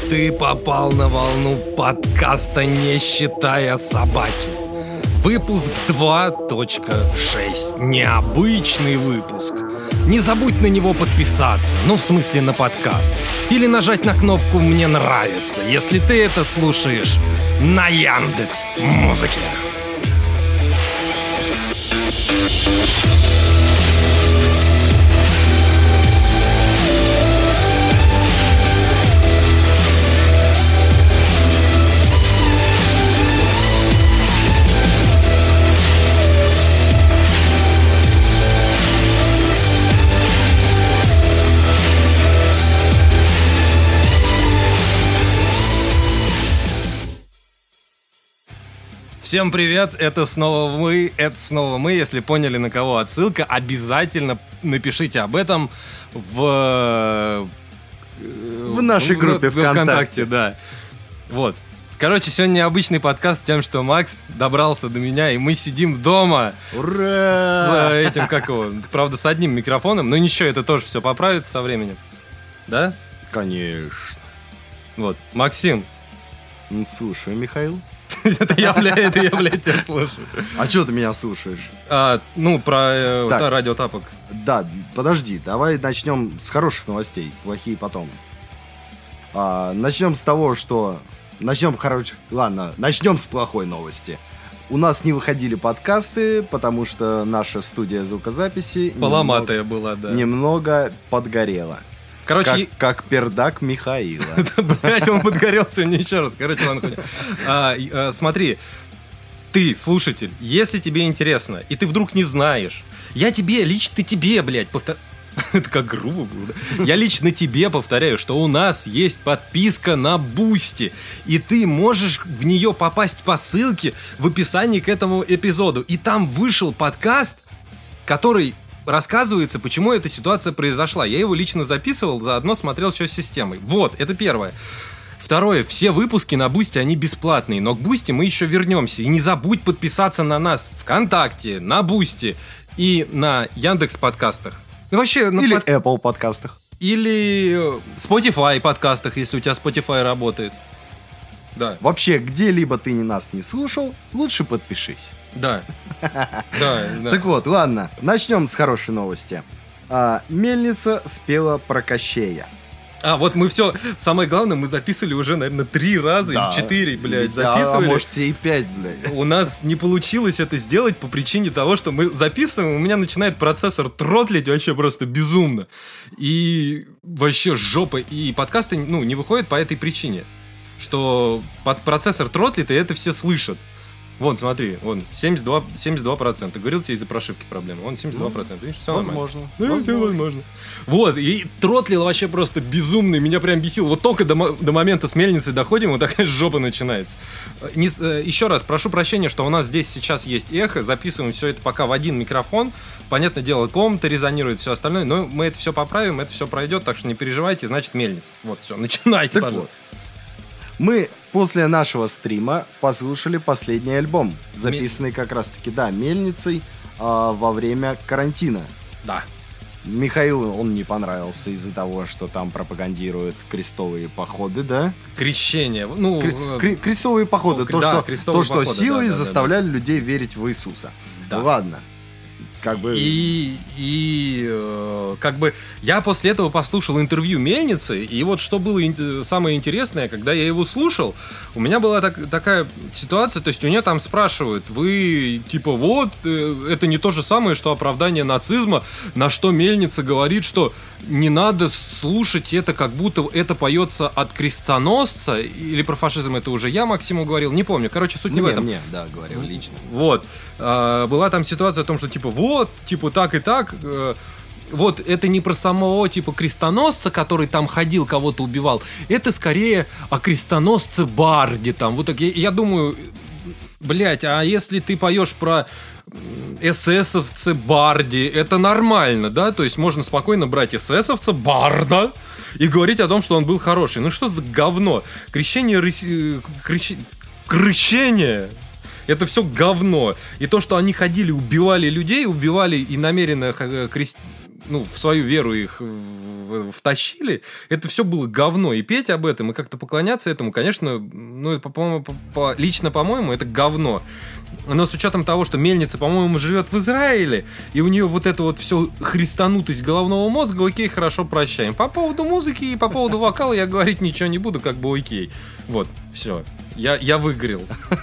Ты попал на волну подкаста «Не считая собаки». Выпуск 2.6. Необычный выпуск. Не забудь на него подписаться, ну в смысле на подкаст. Или нажать на кнопку «Мне нравится», если ты это слушаешь на Яндекс.Музыке. Всем привет, это снова мы. Если поняли, на кого отсылка, обязательно напишите об этом в нашей группе ВКонтакте. Да. Вот. Короче, сегодня необычный подкаст тем, что Макс добрался до меня, и мы сидим дома. Ура! С этим, правда, с одним микрофоном, но ничего, это тоже все поправится со временем. Да? Конечно. Вот. Максим. Ну, слушай, Михаил. Это я, блядь, тебя слушаю. А что ты меня слушаешь? Про радио Тапок. Да, подожди, давай начнем с хороших новостей, плохие потом. Начнем с того, что... Начнем с плохой новости. У нас не выходили подкасты, потому что наша студия звукозаписи... Поломатая была, да. Немного подгорела. Короче... Как пердак Михаила. Блять, он подгорел сегодня еще раз. Короче, ладно, смотри, ты, слушатель, если тебе интересно, и ты вдруг не знаешь, это как грубо было, да? Я лично тебе повторяю, что у нас есть подписка на Boosty, и ты можешь в нее попасть по ссылке в описании к этому эпизоду. И там вышел подкаст, который... рассказывается, почему эта ситуация произошла. Я его лично записывал, заодно смотрел, что с системой. Вот, это первое. Второе, все выпуски на Boosty, они бесплатные, но к Boosty мы еще вернемся. И не забудь подписаться на нас ВКонтакте, на Boosty и на Яндекс.Подкастах. Ну, вообще, или Apple подкастах. Или Spotify подкастах, если у тебя Spotify работает. Да. Вообще, где-либо ты нас не слушал, лучше подпишись. Да. Так вот, ладно, начнем с хорошей новости. Мельница спела про Кощея. Вот мы все, самое главное, мы записывали уже, наверное, 3 раза или 4, блядь, записывали. Можете и 5, блядь. У нас не получилось это сделать по причине того, что мы записываем, у меня начинает процессор тротлить вообще просто безумно. И вообще жопа. И подкасты, не выходят по этой причине. Что процессор тротлит, и это все слышат. Вон, смотри, 72%. Говорил тебе из-за прошивки проблемы. Вон, 72%. Видишь, все возможно. Все возможно. Вот, и тротлил вообще просто безумный. Меня прям бесил. Вот только до момента с мельницей доходим, вот такая жопа начинается. Еще раз, прошу прощения, что у нас здесь сейчас есть эхо. Записываем все это пока в один микрофон. Понятное дело, комната резонирует, все остальное. Но мы это все поправим, это все пройдет. Так что не переживайте, значит, мельница. Вот, все, начинайте, так пожалуйста. Вот. Мы после нашего стрима послушали последний альбом, записанный как раз-таки, мельницей во время карантина. Да. Михаилу он не понравился из-за того, что там пропагандируют крестовые походы, да? Крещение. Крестовые походы. То, что силой заставляли людей верить в Иисуса. Да. Ладно. Я после этого послушал интервью Мельницы, и вот что было самое интересное, когда я его слушал, у меня была такая ситуация, то есть у нее там спрашивают, вы это не то же самое, что оправдание нацизма, на что Мельница говорит, что не надо слушать это, как будто это поется от крестоносца, или про фашизм это уже я Максиму говорил, не помню, суть не в этом. Мне, говорил лично. Вот, была там ситуация о том, что так и так, вот это не про самого крестоносца, который там ходил, кого-то убивал, это скорее о крестоносце Барде там, вот так, я думаю, блять, а если ты поешь про эсэсовца Барди, это нормально, да, то есть можно спокойно брать эсэсовца Барда и говорить о том, что он был хороший, ну что за говно, крещение, это все говно. И то, что они ходили, убивали людей, убивали и намеренно ну, в свою веру их втащили, это все было говно. И петь об этом, и как-то поклоняться этому, конечно, ну, это, по-моему, лично, по-моему, это говно. Но с учетом того, что Мельница, по-моему, живет в Израиле, и у нее вот это вот все христанутость головного мозга, окей, хорошо, прощаем. По поводу музыки и по поводу вокала я говорить ничего не буду, как бы окей. Вот, все. Я выгорел.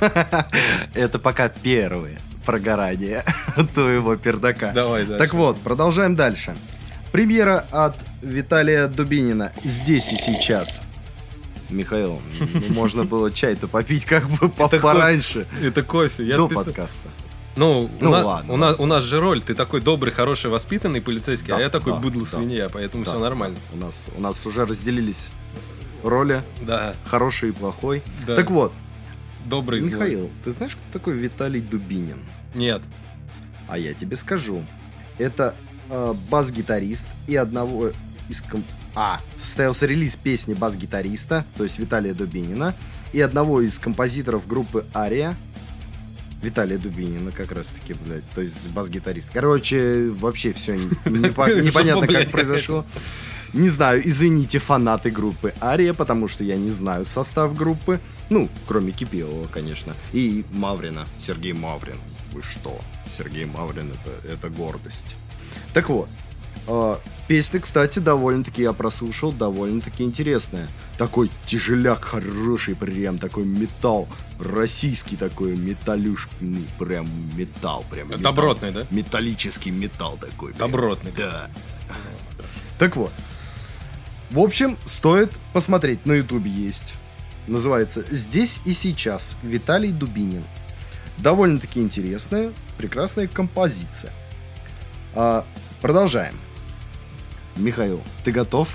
Это пока первые прогорания твоего пердака. Давай дальше. Так вот, продолжаем дальше. Премьера от Виталия Дубинина «Здесь и сейчас». Михаил, можно было чай-то попить как бы пораньше. Это кофе. До подкаста. Ну, ладно. У нас же роль, ты такой добрый, хороший, воспитанный полицейский, Да, а я такой да, быдло-свинья, поэтому Да, все нормально. У нас уже разделились роли, Да, хороший и плохой. да. Так вот, Добрый и злой. Михаил, ты знаешь, кто такой Виталий Дубинин? Нет. А я тебе скажу. Это бас-гитарист и одного из... состоялся релиз песни бас-гитариста, то есть Виталия Дубинина, и одного из композиторов группы «Ария», Виталия Дубинина как раз-таки, блядь, то есть бас-гитарист. Короче, вообще все непонятно, как произошло. Не знаю, извините, фанаты группы «Ария», потому что я не знаю состав группы. Ну, кроме Кипелова, конечно. И Маврина, Сергей Маврин. Вы что? Сергей Маврин — это гордость. Так вот, песня, кстати, довольно-таки я прослушал, довольно-таки интересная. Такой тяжеляк хороший, прям такой металл. Российский такой металлюш, ну, прям металл. Прям металл. Добротный, да? Металлический металл такой. Прям. Добротный. Да. Так вот. В общем, стоит посмотреть. На ютубе есть. Называется «Здесь и сейчас». Виталий Дубинин. Довольно-таки интересная, прекрасная композиция. Продолжаем. Михаил, ты готов?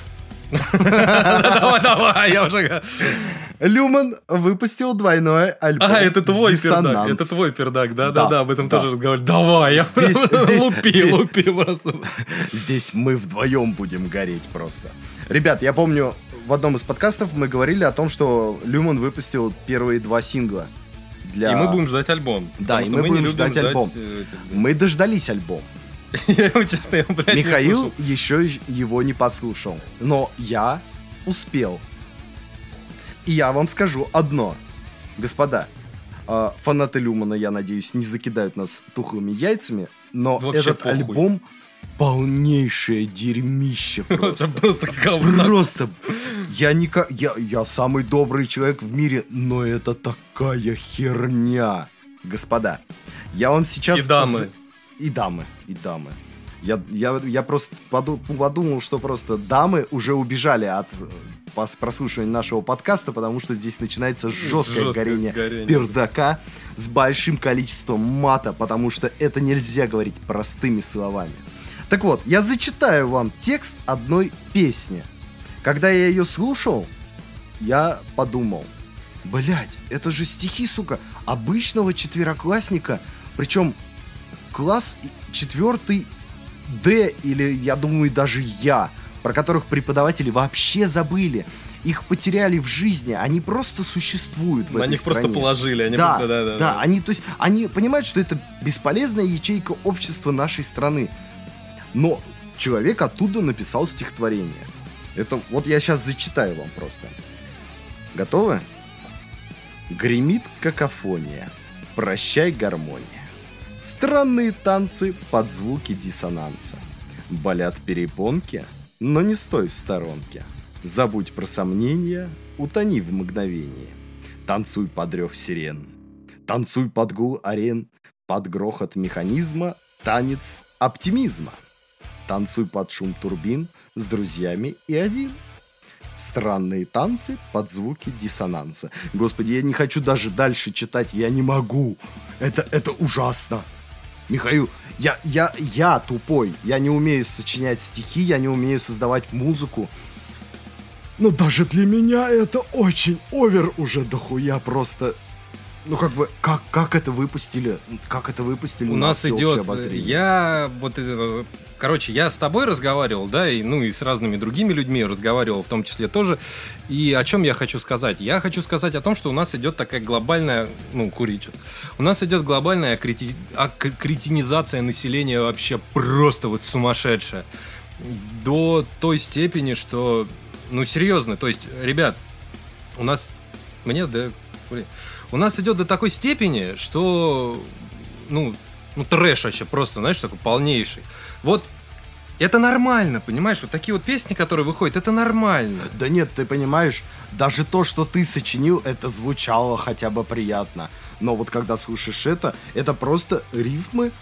Давай, я уже... Люман выпустил двойной альбом. Это твой «Диссонанс». пердак. Это твой пердак, да, об этом да. тоже разговаривали. Давай, я лупи просто. Здесь мы вдвоем будем гореть просто. Ребят, я помню, в одном из подкастов мы говорили о том, что Люман выпустил первые 2 сингла. И мы будем ждать альбом. Да, и мы будем ждать альбом. Мы дождались альбом. Я его, честно, блядь, Михаил еще его не послушал. Но я успел. И я вам скажу одно. Господа, фанаты Люмана, я надеюсь, не закидают нас тухлыми яйцами, но вообще этот похуй. альбом полнейшее дерьмище просто. Это просто говно. Просто. Я самый добрый человек в мире, но это такая херня. Господа, я вам сейчас... И дамы. И дамы. Я просто подумал, что просто дамы уже убежали от прослушивания нашего подкаста, потому что здесь начинается жесткое горение пердака с большим количеством мата, потому что это нельзя говорить простыми словами. Так вот, я зачитаю вам текст одной песни. Когда я ее слушал, я подумал, блять, это же стихи, сука, обычного четвероклассника, причем класс 4 Д, или, я думаю, даже я, про которых преподаватели вообще забыли. Их потеряли в жизни, они просто существуют в этой стране. На них просто положили. Да, они понимают, что это бесполезная ячейка общества нашей страны. Но человек оттуда написал стихотворение. Это вот я сейчас зачитаю вам просто. Готовы? Гремит какофония, прощай гармония. Странные танцы под звуки диссонанса. Болят перепонки, но не стой в сторонке. Забудь про сомнения, утони в мгновении. Танцуй под рев сирен, танцуй под гул арен, под грохот механизма, танец оптимизма. Танцуй под шум турбин с друзьями и один. Странные танцы под звуки диссонанса. Господи, я не хочу даже дальше читать, я не могу. Это ужасно. Михаил, я тупой. Я не умею сочинять стихи, я не умею создавать музыку. Но даже для меня это очень овер уже дохуя просто. Ну, как бы, как это выпустили? Как это выпустили У на нас всеобщее идет... обозрение? Короче, я с тобой разговаривал, да, и с разными другими людьми разговаривал, в том числе тоже. И о чем я хочу сказать? Я хочу сказать о том, что у нас идет такая глобальная... У нас идет глобальная кретинизация населения вообще просто вот сумасшедшая. До той степени, что... Ну, серьезно, то есть, ребят, у нас... У нас идет до такой степени, что... трэш вообще просто, знаешь, такой полнейший. Вот это нормально, понимаешь? Вот такие вот песни, которые выходят, это нормально. Да нет, ты понимаешь, даже то, что ты сочинил, это звучало хотя бы приятно. Но вот когда слушаешь это просто рифмы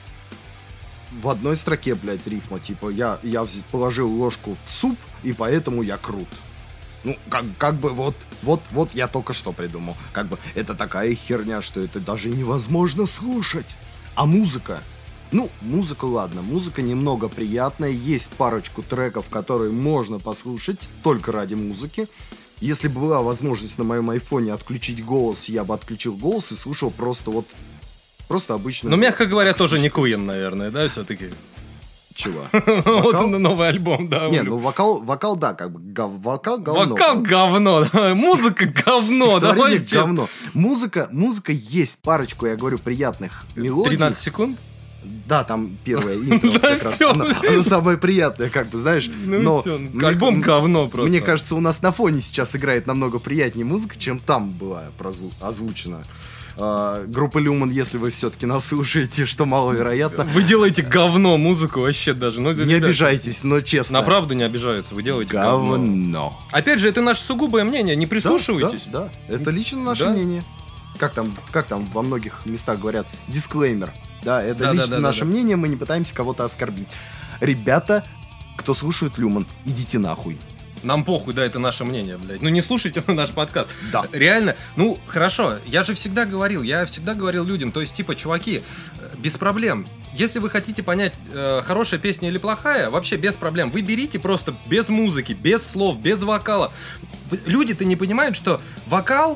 в одной строке, блядь, рифма. Типа, я положил ложку в суп, и поэтому я крут. Ну, как бы вот я только что придумал. Как бы это такая херня, что это даже невозможно слушать. А музыка? Ну, музыка, ладно, музыка немного приятная. Есть парочку треков, которые можно послушать только ради музыки. Если бы была возможность на моем айфоне отключить голос, я бы отключил голос и слушал просто обычную... Ну, мягко говоря, тоже не Queen, наверное, да, все-таки? Чего? Вот новый альбом, да. Не, ну вокал, да, как бы вокал говно. Вокал говно, музыка говно, давай говно. Музыка есть парочку, я говорю, приятных мелодий. 13 секунд? Да, там первое интро как раз. Оно самое приятное, как бы, знаешь. Ну все, альбом говно просто. Мне кажется, у нас на фоне сейчас играет намного приятнее музыка, чем там была озвучена. Группа Люман, если вы все-таки нас слушаете, что маловероятно. Вы делаете говно музыку вообще даже. Не обижайтесь, но честно. На правду не обижаются, вы делаете говно. Опять же, это наше сугубое мнение, не прислушивайтесь. Да, это лично наше мнение. Как там во многих местах говорят, дисклеймер. Да, это лично наше мнение, мы не пытаемся кого-то оскорбить. Ребята, кто слушает Люман, идите нахуй. Нам похуй, да, это наше мнение, блядь. Ну не слушайте наш подкаст. Да. Реально, ну хорошо, я всегда говорил людям, то есть типа, чуваки, без проблем. Если вы хотите понять, хорошая песня или плохая, вообще без проблем. Вы берите просто без музыки, без слов, без вокала. Люди-то не понимают, что вокал,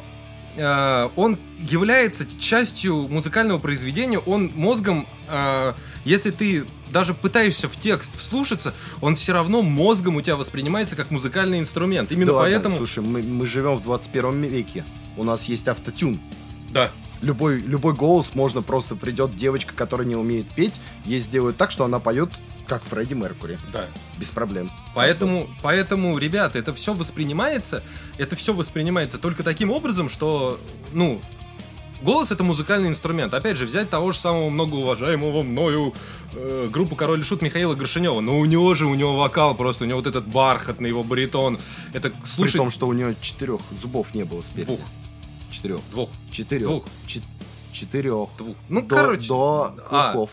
он является частью музыкального произведения, он мозгом, если ты даже пытаешься в текст вслушаться, он все равно мозгом у тебя воспринимается как музыкальный инструмент. Именно поэтому... Ладно, слушай, мы живем в 21 веке, у нас есть автотюн. Да. Любой голос можно, просто придет девочка, которая не умеет петь, ей сделают так, что она поет как Фредди Меркьюри. Да. Без проблем. Поэтому, ребята, это все воспринимается только таким образом, что, голос — это музыкальный инструмент. Опять же, взять того же самого многоуважаемого мною группу «Король и Шут» Михаила Горшенева. Но у него вокал просто, у него вот этот бархатный его баритон. Это слушать... При том, что у него 4 зубов не было спереди. 2. 4. 2. 4. 2. 4. 2. Ну, короче. До клыков.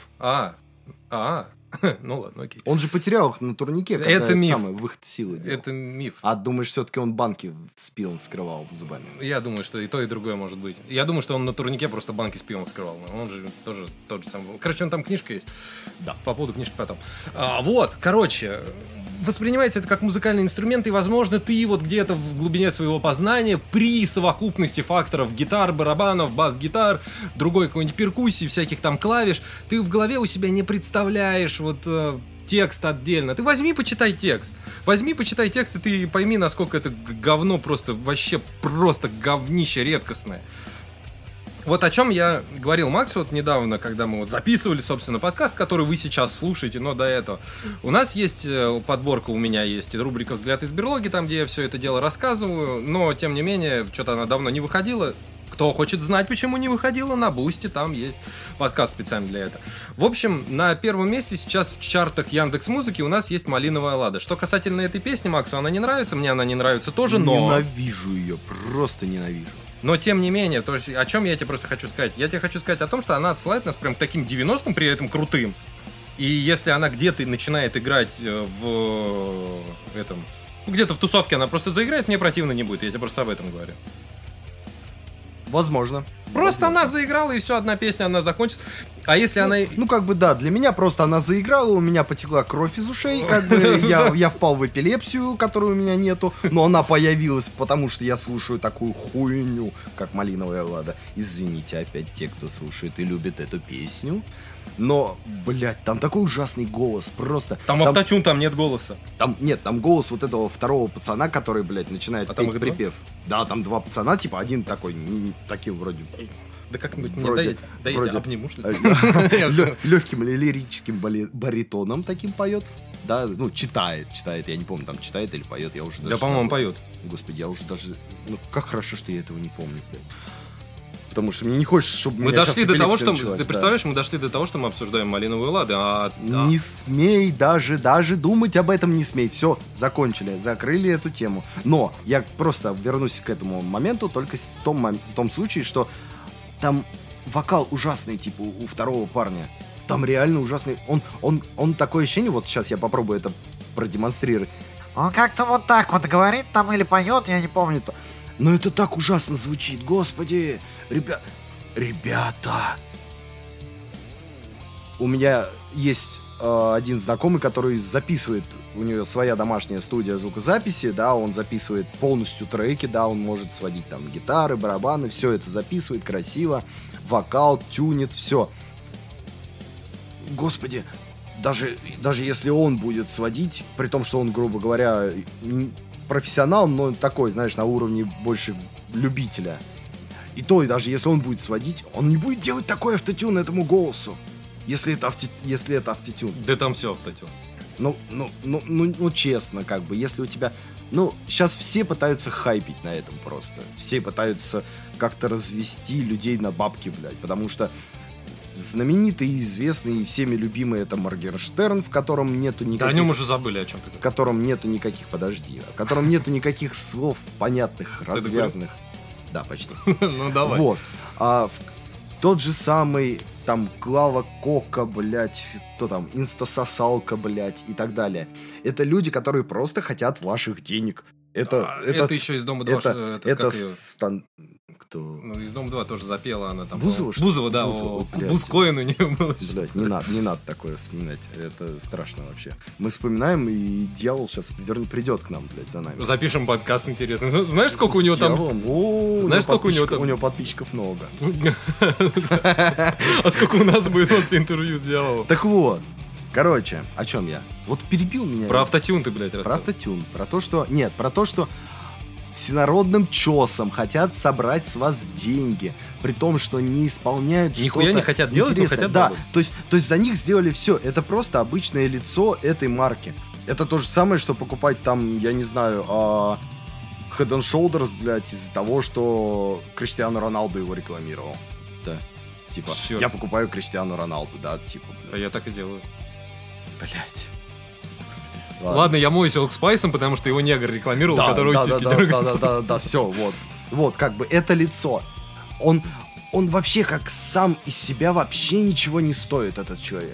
Ну ладно, окей. Он же потерял их на турнике, когда это миф. Самый выход силы делал. Это миф. А думаешь, все-таки он банки с пивом вскрывал зубами? Я думаю, что и то, и другое может быть. Я думаю, что он на турнике просто банки с пивом вскрывал. Он же тоже тот же самый. Короче, он там книжка есть. Да. По поводу книжки потом. Воспринимается это как музыкальный инструмент, и, возможно, ты вот где-то в глубине своего познания при совокупности факторов гитар, барабанов, бас-гитар, другой какой-нибудь перкуссии, всяких там клавиш, ты в голове у себя не представляешь текст отдельно. Ты возьми, почитай текст. И ты пойми, насколько это говно вообще просто говнище редкостное. Вот о чем я говорил Максу недавно, когда мы записывали, собственно, подкаст, который вы сейчас слушаете, но до этого. У нас есть подборка, у меня есть рубрика «Взгляд из берлоги», там, где я все это дело рассказываю, но, тем не менее, что-то она давно не выходила. Кто хочет знать, почему не выходила, на Бусти, там есть подкаст специально для этого. В общем, на первом месте сейчас в чартах Яндекс.Музыки у нас есть «Малиновая лада». Что касательно этой песни, Максу она не нравится, мне она не нравится тоже, но... Ненавижу ее, просто ненавижу. Но, тем не менее, то есть, о чем я тебе просто хочу сказать? Я тебе хочу сказать о том, что она отсылает нас прям к таким 90-м, при этом крутым. И если она где-то начинает играть где-то в тусовке она просто заиграет, мне противно не будет. Я тебе просто об этом говорю. Возможно. Просто она заиграла, и все, одна песня, она закончится. А если она... Ну, как бы, да, для меня просто она заиграла, у меня потекла кровь из ушей, как бы, я впал в эпилепсию, которой у меня нету, но она появилась, потому что я слушаю такую хуйню, как «Малиновая Лада». Извините опять те, кто слушает и любит эту песню, но, блядь, там такой ужасный голос, просто... Там автотюн, там нет голоса. Там голос вот этого второго пацана, который, блядь, начинает там петь припев. Да, там два пацана, типа, один такой, таким вроде... Да как-нибудь мне Вроде- даете обниму, что ли? Легким лирическим баритоном таким поет. Да, ну, читает, я не помню, там читает или поет, я уже даже... Да, по-моему, забыл. поет. Господи, я уже даже... Ну, как хорошо, что я этого не помню, блядь. Потому что мне не хочется, чтобы Мы меня дошли щас до того, эпилепсия что... началась, Ты да. представляешь, мы дошли до того, что мы обсуждаем «Малиновую Ладу», Не смей даже думать об этом не смей. Все, закончили, закрыли эту тему. Но я просто вернусь к этому моменту только в том случае, что там вокал ужасный, типа, у второго парня. Там реально ужасный. Он такое ощущение, вот сейчас я попробую это продемонстрировать. Он как-то вот так вот говорит там или поет, я не помню. Но это так ужасно звучит, господи. Ребята. У меня есть один знакомый, который записывает, у него своя домашняя студия звукозаписи, да, он записывает полностью треки, да, он может сводить там гитары, барабаны, все это записывает красиво, вокал, тюнит, все. Господи, даже если он будет сводить, при том, что он, грубо говоря, профессионал, но такой, знаешь, на уровне больше любителя, и то, и даже если он будет сводить, он не будет делать такой автотюн этому голосу. Если это автотюн. Да там все автотюн. Ну, честно, как бы, если у тебя... Ну, сейчас все пытаются хайпить на этом просто. Все пытаются как-то развести людей на бабки, блядь. Потому что знаменитый, известный и всеми любимый это Моргенштерн, в котором нету никаких... Да о нем уже забыли, о чем ты. В котором нету никаких... Подожди. В котором нету никаких слов понятных, развязанных. Да, почти. Ну, давай. Вот. Тот же самый... Там Клава Кока, блядь, кто там, Инстасосалка, блядь, и так далее. Это люди, которые просто хотят ваших денег. Это еще из «Дома 2». Кто? Ну, из «Дома 2» тоже запела она там. Бузова, что ли? Бузова, да. Бузова, блядь. Бузкоин у нее был. Блядь, не надо такое вспоминать. Это страшно вообще. Мы вспоминаем, и дьявол сейчас придет к нам, блядь, за нами. Запишем подкаст интересный. Знаешь, сколько у него там... Знаешь, сколько у него там... У него подписчиков много. А сколько у нас будет после интервью с дьяволом? Так вот. Короче, о чем я? Вот перебил меня. Про автотюн ты, блядь, Про рассказывал. автотюн. Про то, что всенародным чесом хотят собрать с вас деньги, при том, что не исполняют Нихуя что-то не хотят делать, но интересное. хотят Да, делать. то есть за них сделали все. Это просто обычное лицо этой марки. Это то же самое, что покупать там, я не знаю, Head and Shoulders, блядь, из-за того, что Криштиану Роналду его рекламировал. Да. Типа, Чёрт. я покупаю Криштиану Роналду, да, типа, А блядь. я так и делаю. Блядь. Ладно, я моюсь Олд Спайсом, потому что его негр рекламировал, у которого сиськи дергаются. Да, все, вот. Вот, как бы, это лицо. Он вообще как сам из себя вообще ничего не стоит, этот человек.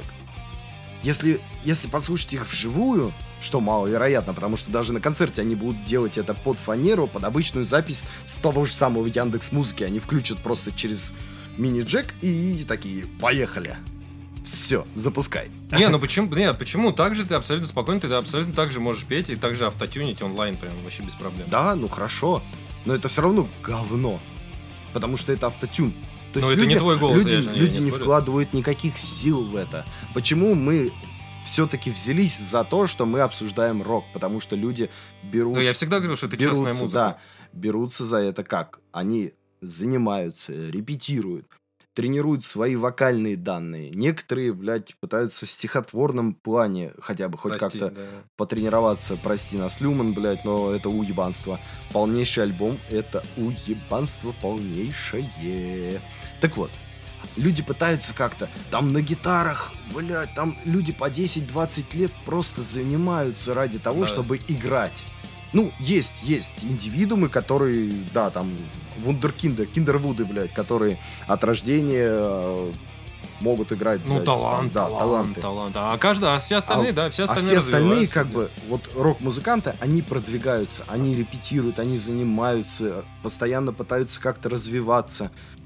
Если послушать их вживую, что маловероятно, потому что даже на концерте они будут делать это под фанеру, под обычную запись с того же самого Яндекс.Музыки. Они включат просто через мини-джек и такие, поехали. Все, запускай. Не, ну почему? Нет, почему? Так же ты абсолютно спокойно, ты абсолютно так же можешь петь и так же автотюнить онлайн прям вообще без проблем. Да, ну хорошо. Но это все равно говно. Потому что это автотюн. То Но есть это не твой голос, я же люди не спорю. вкладывают никаких сил в это. Почему мы все-таки взялись за то, что мы обсуждаем рок? Потому что люди берут... Но я всегда говорил, что это частная музыка. Да, берутся за это как? Они занимаются, репетируют, тренируют свои вокальные данные. Некоторые, блядь, пытаются в стихотворном плане хотя бы хоть Прости, как-то да. потренироваться. Прости нас, Люман, блядь, но это уебанство. Полнейший альбом — это уебанство полнейшее. Так вот, люди пытаются как-то, там на гитарах, блядь, там люди по 10-20 лет просто занимаются ради того, Да. чтобы играть. Ну, есть индивидуумы, которые, да, там, вундеркинды, киндервуды, блядь, которые от рождения могут играть, Ну, блядь, талант. таланты. А все остальные, да, все остальные все остальные, развиваются. как бы, вот рок-музыканты, они продвигаются, они репетируют, они занимаются, постоянно пытаются как-то развиваться.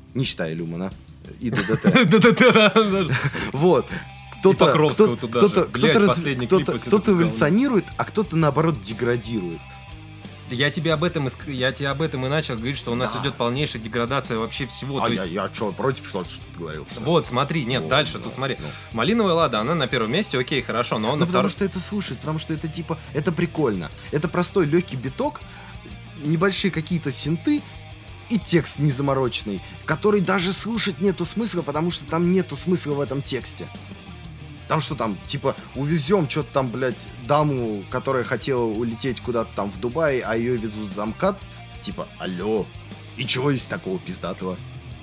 Не считая Люмана и ДДТ. Да-да-да. Вот. Покровского туда же. Блядь, последний клип после Кто-то этого эволюционирует, а кто-то, наоборот, деградирует. Я тебе об этом и начал говорить, что у нас Да. идет полнейшая деградация вообще всего. То есть, Я что, против что ты говорил? вот, смотри, нет, Вот, дальше, да, тут смотри. ну. Малиновая лада, она на первом месте, окей, хорошо, но Ну, на потому втором... что это слушать, потому что это типа, это прикольно. Это простой легкий биток, небольшие какие-то синты и текст незамороченный, который даже слушать нету смысла, потому что там нету смысла в этом тексте. Там что там, типа, увезем что-то там, блядь, даму, которая хотела улететь куда-то там в Дубай, а ее везут за МКАД. Типа, алло, и чего есть такого пиздатого?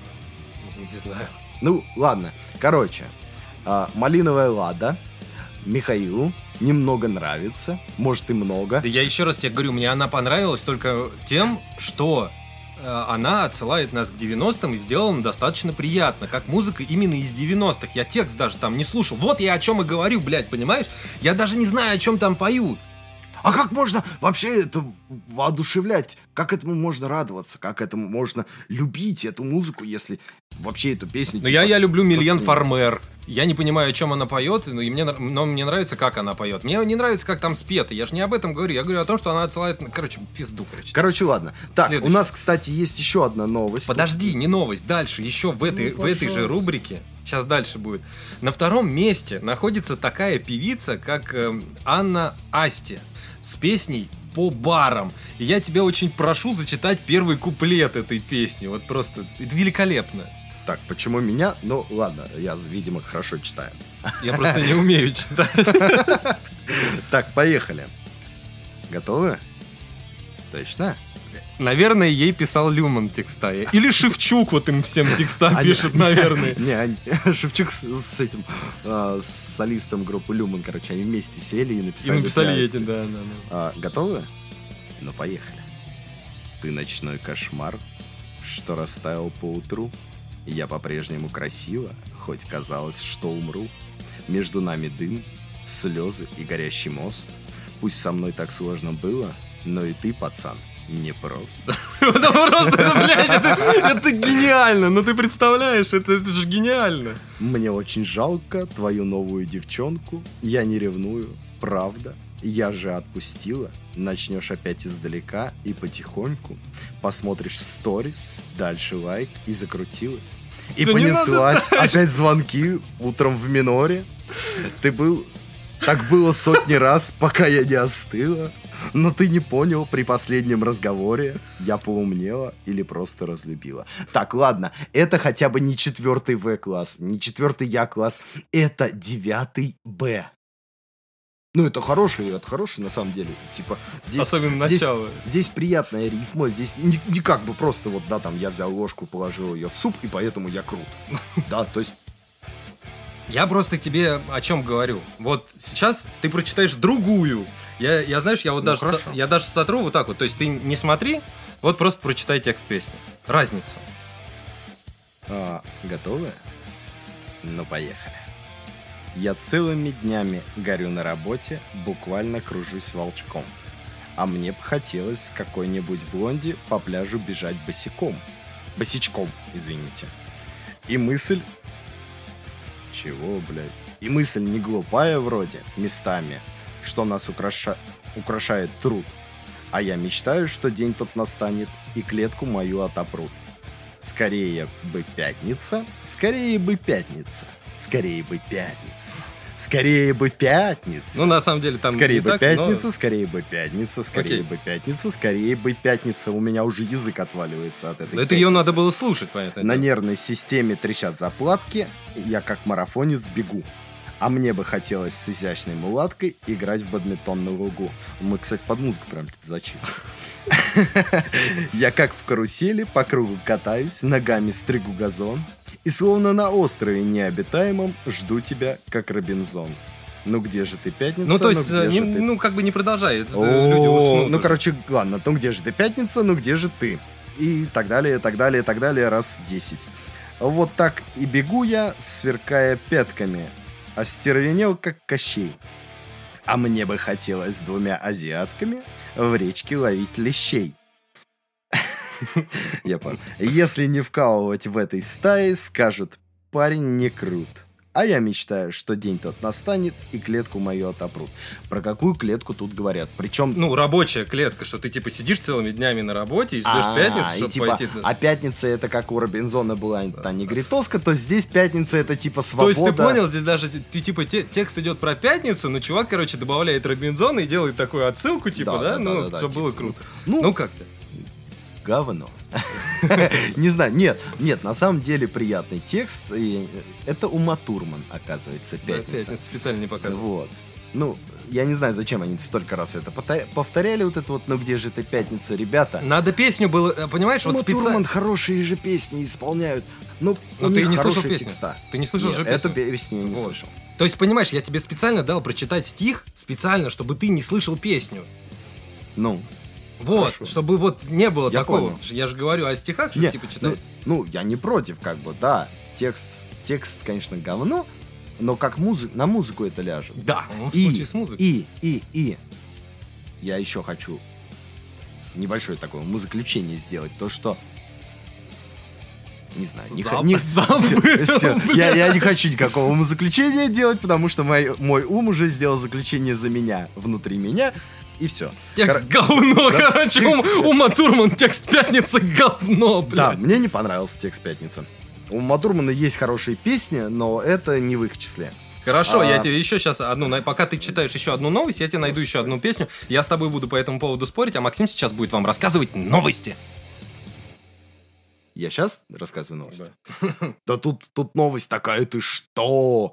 Не знаю. Ну, ладно. Короче, малиновая лада Михаилу немного нравится, может и много. Да я еще раз тебе говорю, мне она понравилась только тем, что она отсылает нас к 90-м и сделана достаточно приятно, как музыка именно из 90-х. Я текст даже там не слушал. Вот я о чем и говорю, блядь, понимаешь? Я даже не знаю, о чем там поют. А как можно вообще это воодушевлять? Как этому можно радоваться? Как этому можно любить эту музыку, если вообще эту песню... Но я люблю Мильен воспринимать? Фармер. Я не понимаю, о чем она поет, но мне нравится, как она поет. Мне не нравится, как там спето. Я же не об этом говорю. Я говорю о том, что она отсылает... Короче, пизду, короче. Короче, ладно. Так, Следующий. у нас, кстати, есть еще одна новость. Подожди, не новость. Дальше, еще в этой же пожалуйста. рубрике, сейчас дальше будет. На втором месте находится такая певица, как Анна Асти, с песней «По барам». И я тебя очень прошу зачитать первый куплет этой песни. Вот просто, это великолепно. Так, почему меня? Ну, ладно, я, видимо, хорошо читаю. Я просто не умею читать. Так, поехали. Готовы? Точно? Наверное, ей писал Люман текста. Или Шевчук вот им всем текста пишет, наверное. Не, Шевчук с этим, с солистом группы Люман, короче, они вместе сели и И написали. написали «Здрасте». эти, да. Готовы? Ну, поехали. Ты ночной кошмар, что растаял по утру. Я по-прежнему красива, хоть казалось, что умру. Между нами дым, слезы и горящий мост. Пусть со мной так сложно было, но и ты, пацан, не просто. Это просто, блядь, это гениально. Ну ты представляешь, это же гениально. Мне очень жалко твою новую девчонку. Я не ревную, правда. Я же отпустила. Начнешь опять издалека и потихоньку посмотришь сторис, дальше лайк и закрутилась. И Всё, не понеслась надо опять звонки утром в миноре. Ты был... Так было сотни раз, пока я не остыла. Но ты не понял при последнем разговоре, я поумнела или просто разлюбила. Так, ладно, это хотя бы не 4 В-класс, не 4 Я-класс, это 9 Б. Ну, это хороший на самом деле. Типа, здесь, Особенно здесь, начало. здесь приятная рифма, здесь не как бы просто вот, да, там, я взял ложку, положил ее в суп, и поэтому я крут. Да, то есть... Я просто тебе о чем говорю. Вот сейчас ты прочитаешь другую. Я знаешь, я вот Ну, даже, хорошо. я даже сотру вот так вот. То есть ты не смотри, вот просто прочитай текст песни. Разницу. Готовы? Ну, поехали. Я целыми днями горю на работе, буквально кружусь волчком. А мне бы хотелось с какой-нибудь блонди по пляжу бежать босиком. Босичком, извините. И мысль... Чего, блядь? И мысль не глупая вроде, местами, что нас украшает труд. А я мечтаю, что день тот настанет, и клетку мою отопрут. Скорее бы пятница, скорее бы пятница, скорее бы пятница, скорее бы пятница. Ну, на самом деле, там Скорее не бы так, пятница, скорее бы пятница, скорее Окей. бы пятница, скорее бы пятница. У меня уже язык отваливается от этой но это ее пятницы. надо было слушать, понятно. На нервной системе трещат заплатки, я как марафонец бегу. А мне бы хотелось с изящной мулаткой играть в бадминтон на лугу. Мы, кстати, под музыку прям зачем. Я как в карусели по кругу катаюсь, ногами стригу газон. И словно на острове необитаемом жду тебя, как Робинзон. Ну где же ты, пятница? Ну, то есть, где же ты? ну, как бы не продолжай. Люди О, уснут ну, уже. короче, ладно, ну где же ты, пятница, ну где же ты? И так далее, так далее, так далее, раз 10. Вот так и бегу я, сверкая пятками, остервенел, как Кощей. А мне бы хотелось с 2 азиатками в речке ловить лещей. Я понял. Если не вкалывать в этой стае, скажут, парень не крут. А я мечтаю, что день тот настанет, и клетку мою отопрут. Про какую клетку тут говорят? Причем... Ну, рабочая клетка, что ты, типа, сидишь целыми днями на работе и ждешь пятницу, чтобы типа, пойти... А пятница это как у Робинзона была та негритоска, то здесь пятница это типа свобода. То есть ты понял, здесь даже типа текст идет про пятницу, но чувак, короче, добавляет Робинзона и делает такую отсылку, типа, да? Ну, чтобы было круто. Ну, как-то. Говно. Не знаю, нет, на самом деле приятный текст. И это Ума Турман, оказывается, пятница. Пятница специально не показывал. Вот. Ну, я не знаю, зачем они столько раз это повторяли, вот это вот, ну где же ты, пятница, ребята. Надо песню было, понимаешь, вот специально... Турман хорошие же песни исполняют. Но ты не слышал песню. Текста. Ты не слышал же песню? Эту песню я не слышал. То есть, понимаешь, я тебе специально дал прочитать стих, специально, чтобы ты не слышал песню. Ну... Вот, хорошо. Чтобы вот не было я такого. Понял. Я же говорю о стихах, что типа читать. Ну, я не против, как бы, да. Текст, конечно, говно, но как на музыку это ляжет. Да, в случае с музыкой. И я еще хочу небольшое такое умозаключение сделать. То, что... Не знаю, я не хочу никакого умозаключения делать, потому что мой ум уже сделал заключение за меня, внутри меня. И все. Текст говно, короче, Ума Турман, текст пятницы говно, блядь. Да, мне не понравился текст пятницы. У Ума Турмана есть хорошие песни, но это не в их числе. Хорошо, я тебе еще сейчас пока ты читаешь еще одну новость, я тебе найду еще одну песню. Я с тобой буду по этому поводу спорить, а Максим сейчас будет вам рассказывать новости. Я сейчас рассказываю новости? Да тут новость такая, ты что?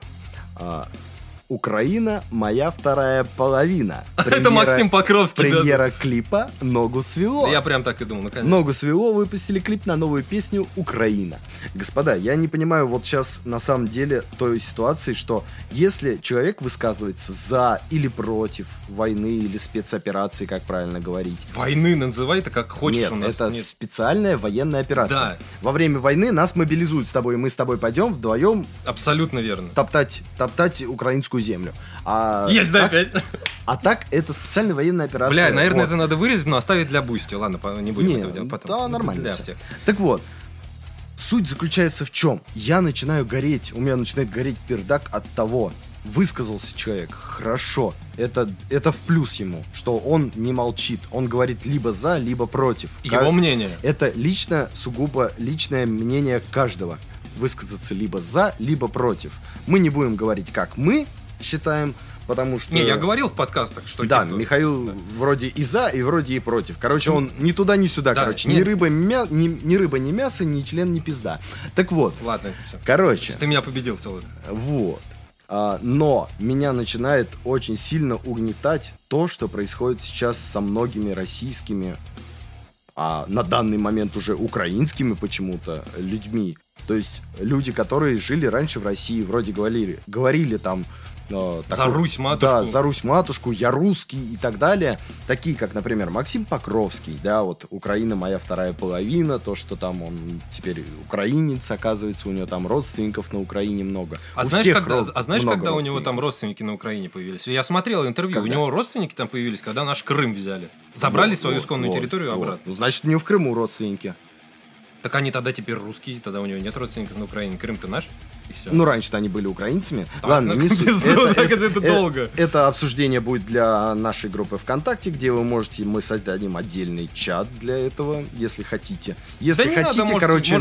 Украина, моя вторая половина. Это Максим Покровский. Премьера клипа «Ногу свело». Я прям так и думал, наконец. «Ногу свело» выпустили клип на новую песню «Украина». Господа, я не понимаю вот сейчас на самом деле той ситуации, что если человек высказывается за или против войны или спецоперации, как правильно говорить. Войны называй это как хочешь. Нет, у нас это специальная военная операция. Да. Во время войны нас мобилизуют с тобой, и мы с тобой пойдем вдвоем... Абсолютно верно. Топтать украинскую землю. Есть, да, опять? А так, это специальная военная операция. Бля, наверное, это надо вырезать, но оставить для Бусти. Ладно, не будем этого делать потом. Да, нормально. Для всех. Так вот, суть заключается в чем? Я начинаю гореть, у меня начинает гореть пердак от того, высказался человек, хорошо, это в плюс ему, что он не молчит, он говорит либо за, либо против. Его мнение. Это сугубо личное мнение каждого. Высказаться либо за, либо против. Мы не будем говорить, как мы считаем, потому что... Не, я говорил в подкастах, что... Да, Михаил вроде и за, и вроде и против. Короче, он ни туда, ни сюда, короче. Ни рыба, ни мясо, ни член, ни пизда. Так вот. Ладно, все. Короче. Ты меня победил целый. Вот. Но меня начинает очень сильно угнетать то, что происходит сейчас со многими российскими, на данный момент уже украинскими почему-то людьми. То есть люди, которые жили раньше в России, вроде говорили там... за Русь-матушку. Да, за Русь-матушку, я русский и так далее. Такие, как, например, Максим Покровский, да, вот «Украина моя вторая половина», то, что там он теперь украинец, оказывается, у него там родственников на Украине много. Знаешь, когда у него там родственники на Украине появились? Я смотрел интервью, у него родственники там появились, когда наш Крым взяли. Забрали свою исконную территорию обратно. Ну, значит, у него в Крыму родственники. Так они тогда теперь русские, тогда у него нет родственников на Украине. Крым-то наш, и все. Ну, раньше-то они были украинцами. Так, ладно, не суть. Это долго. Это обсуждение будет для нашей группы ВКонтакте, где мы создадим отдельный чат для этого, если хотите. Если хотите, короче,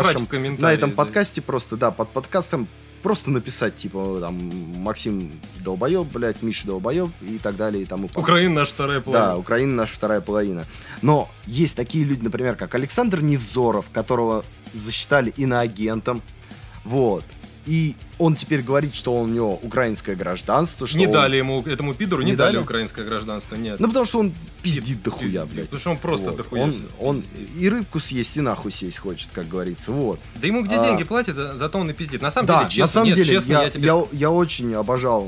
на этом подкасте просто, да, под подкастом просто написать, типа, там, Максим долбоеб, блядь, Миша долбоеб и так далее и тому подобное. Украина наша вторая половина. Да, Украина наша вторая половина. Но есть такие люди, например, как Александр Невзоров, которого засчитали иноагентом. Вот. И он теперь говорит, что у него украинское гражданство. Что дали этому пидору, не дали украинское гражданство, нет. Ну, потому что он пиздит дохуя, блядь. Потому что он просто вот. Дохуя. Он и рыбку съесть, и нахуй сесть хочет, как говорится, вот. Да ему где деньги платят, зато он и пиздит. На самом деле, честно, я очень обожал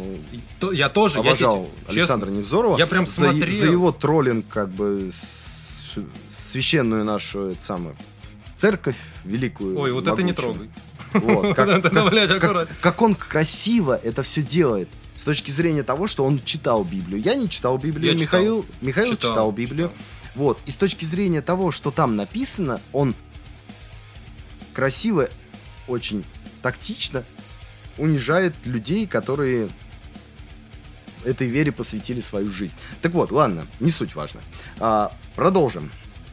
Александра Невзорова. Я прям смотрел. За его троллинг, как бы, священную нашу, церковь великую. Ой, вот это не трогай. Вот, как он красиво это все делает с точки зрения того, что он читал Библию. Я не читал Библию, Михаил читал Библию. Вот. И с точки зрения того, что там написано, он красиво, очень тактично унижает людей, которые этой вере посвятили свою жизнь. Так вот, ладно, не суть важно. Продолжим.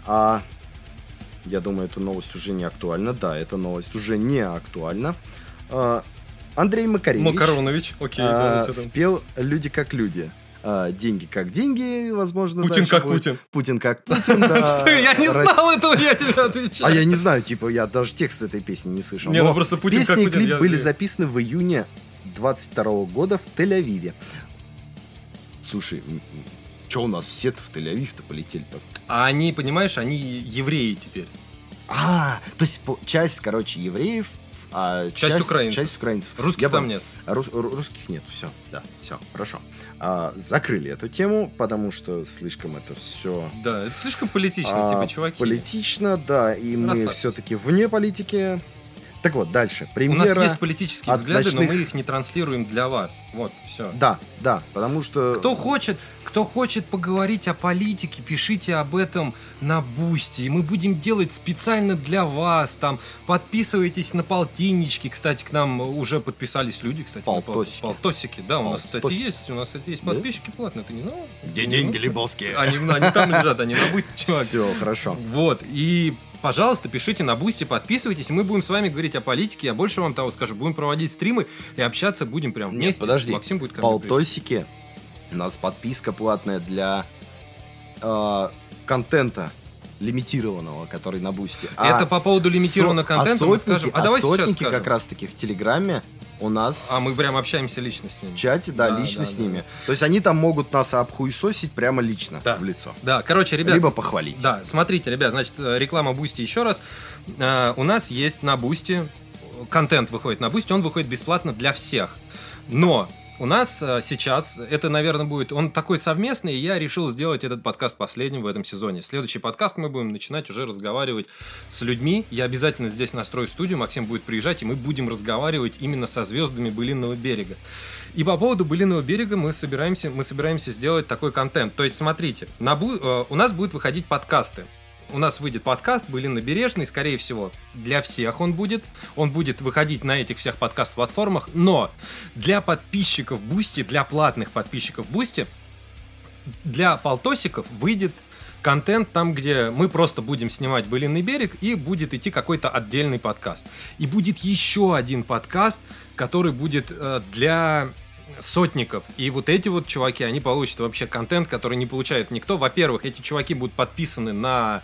Я думаю, эта новость уже не актуальна. Да, эта новость уже не актуальна. Андрей Макаронович, окей, спел «Люди как люди». Деньги как деньги, возможно. Путин как Путин. Путин как Путин, да. Я не знал этого, я тебе отвечаю. А я не знаю, типа, я даже текст этой песни не слышал. Не, ну просто Путин как Песня и Путин. клип были записаны в июне 22 года в Тель-Авиве. Слушай, что у нас все-то в Тель-Авив-то полетели-то? А они, понимаешь, они евреи теперь. То есть часть, короче, евреев, часть украинцев. Русских там нет. Русских нет, все, да, все, хорошо. Закрыли эту тему, потому что слишком это все... Да, это слишком политично, типа, чуваки. Политично, да, и мы все-таки вне политики. Так вот, дальше. Премьера. У нас есть политические взгляды, но мы их не транслируем для вас. Вот, все. Да, потому что... Кто хочет поговорить о политике, пишите об этом на Бусти. И мы будем делать специально для вас. Там подписывайтесь на полтиннички. Кстати, к нам уже подписались люди, кстати. Полтосики. Да, у нас, кстати, есть подписчики платные. Это не надо. Где деньги либовские? Они там лежат, они на Бусти, чувак. Все, хорошо. Вот, и... Пожалуйста, пишите на Бусти, подписывайтесь, мы будем с вами говорить о политике, я больше вам того скажу, будем проводить стримы и общаться будем прям вместе. Нет, подожди, Максим будет ко мне полтосики, у нас подписка платная для контента лимитированного, который на Бусти. Это по поводу лимитированного контента мы скажем. Давайте сейчас скажем. Как раз-таки в Телеграме у нас... мы прям общаемся лично с ними. В чате, да, лично с ними. То есть они там могут нас обхуесосить прямо лично в лицо. Да, короче, ребят... Либо похвалить. Да, смотрите, ребят, значит, реклама Бусти еще раз. У нас есть на Бусти, контент выходит на Бусти, он выходит бесплатно для всех. Но... У нас сейчас, это, наверное, будет, он такой совместный, и я решил сделать этот подкаст последним в этом сезоне. Следующий подкаст мы будем начинать уже разговаривать с людьми. Я обязательно здесь настрою студию, Максим будет приезжать, и мы будем разговаривать именно со звездами Былинного берега. И по поводу Былиного берега мы собираемся сделать такой контент. То есть, смотрите, у нас будут выходить подкасты. У нас выйдет подкаст «Былинно-бережный», скорее всего, для всех он будет. Он будет выходить на этих всех подкаст-платформах, но для подписчиков Бусти, для платных подписчиков Бусти, для полтосиков выйдет контент там, где мы просто будем снимать «Былинный берег», и будет идти какой-то отдельный подкаст. И будет еще один подкаст, который будет для... сотников. И вот эти вот чуваки, они получат вообще контент, который не получает никто. Во-первых, эти чуваки будут подписаны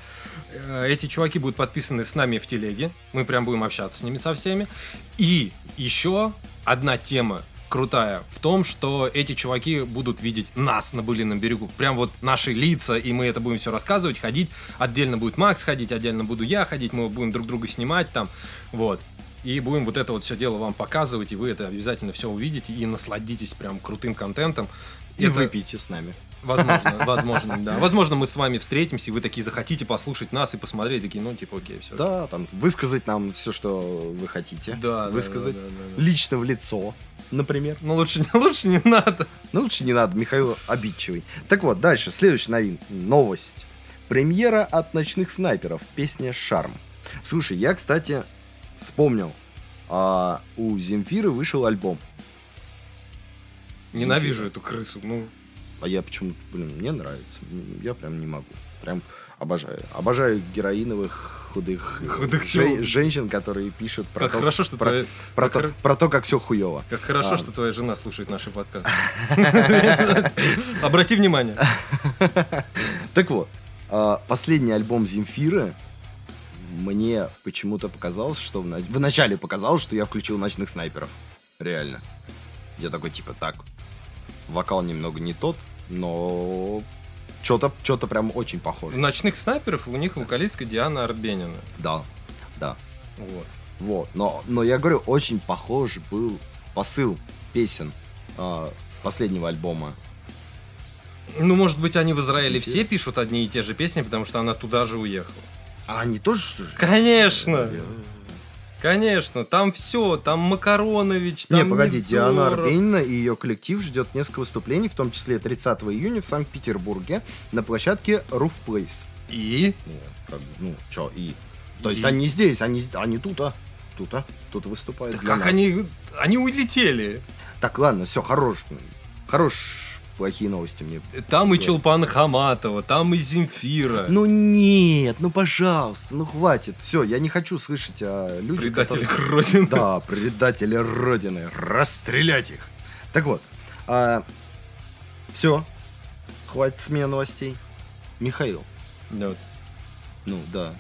с нами в телеге. Мы прям будем общаться с ними со всеми. И еще одна тема крутая в том, что эти чуваки будут видеть нас на Былинном берегу. Прям вот наши лица, и мы это будем все рассказывать, ходить. Отдельно будет Макс ходить, отдельно буду я ходить. Мы будем друг друга снимать там. Вот. И будем вот это вот все дело вам показывать, и вы это обязательно все увидите и насладитесь прям крутым контентом. И выпейте с нами. Возможно, да. Возможно, мы с вами встретимся, и вы такие захотите послушать нас и посмотреть, такие, окей, все. Да, там, высказать нам все, что вы хотите. Да, высказать лично в лицо, например. Лучше не надо. Лучше не надо, Михаил обидчивый. Так вот, дальше, следующая новость. Премьера от «Ночных снайперов», песня «Шарм». Слушай, я, кстати... вспомнил, у Земфиры вышел альбом. Ненавижу эту крысу, А я почему-то, мне нравится. Я прям не могу. Прям обожаю. Обожаю героиновых худых женщин, которые пишут про то, как все хуево. Как хорошо, что твоя жена слушает наши подкасты. Обрати внимание. Так вот, последний альбом Земфиры. Мне почему-то показалось, что вначале показалось, что я включил «Ночных снайперов». Реально. Я такой, так, вокал немного не тот, но что-то прям очень похоже. В «Ночных снайперов» у них вокалистка Диана Арбенина. Да. Вот. Но я говорю, очень похож был посыл песен последнего альбома. Может быть, они в Израиле все пишут одни и те же песни, потому что она туда же уехала. А они тоже, что ли? Конечно, там все, там Макаронович, там Невзоров. Диана Арбенина и ее коллектив ждет несколько выступлений, в том числе 30 июня в Санкт-Петербурге на площадке Roof Place. И? Чё, и? То есть они здесь, они тут выступают Да для как нас. они улетели? Так, ладно, все, хорош, плохие новости мне. Там и говорят. Чулпан Хаматова, там и Земфира. Ну нет, ну пожалуйста, ну хватит. Все, я не хочу слышать о людях, Предателях которые... Родины. Да, предатели Родины. Расстрелять их. Так вот, все, хватит смены новостей. Михаил, Да, вот. да.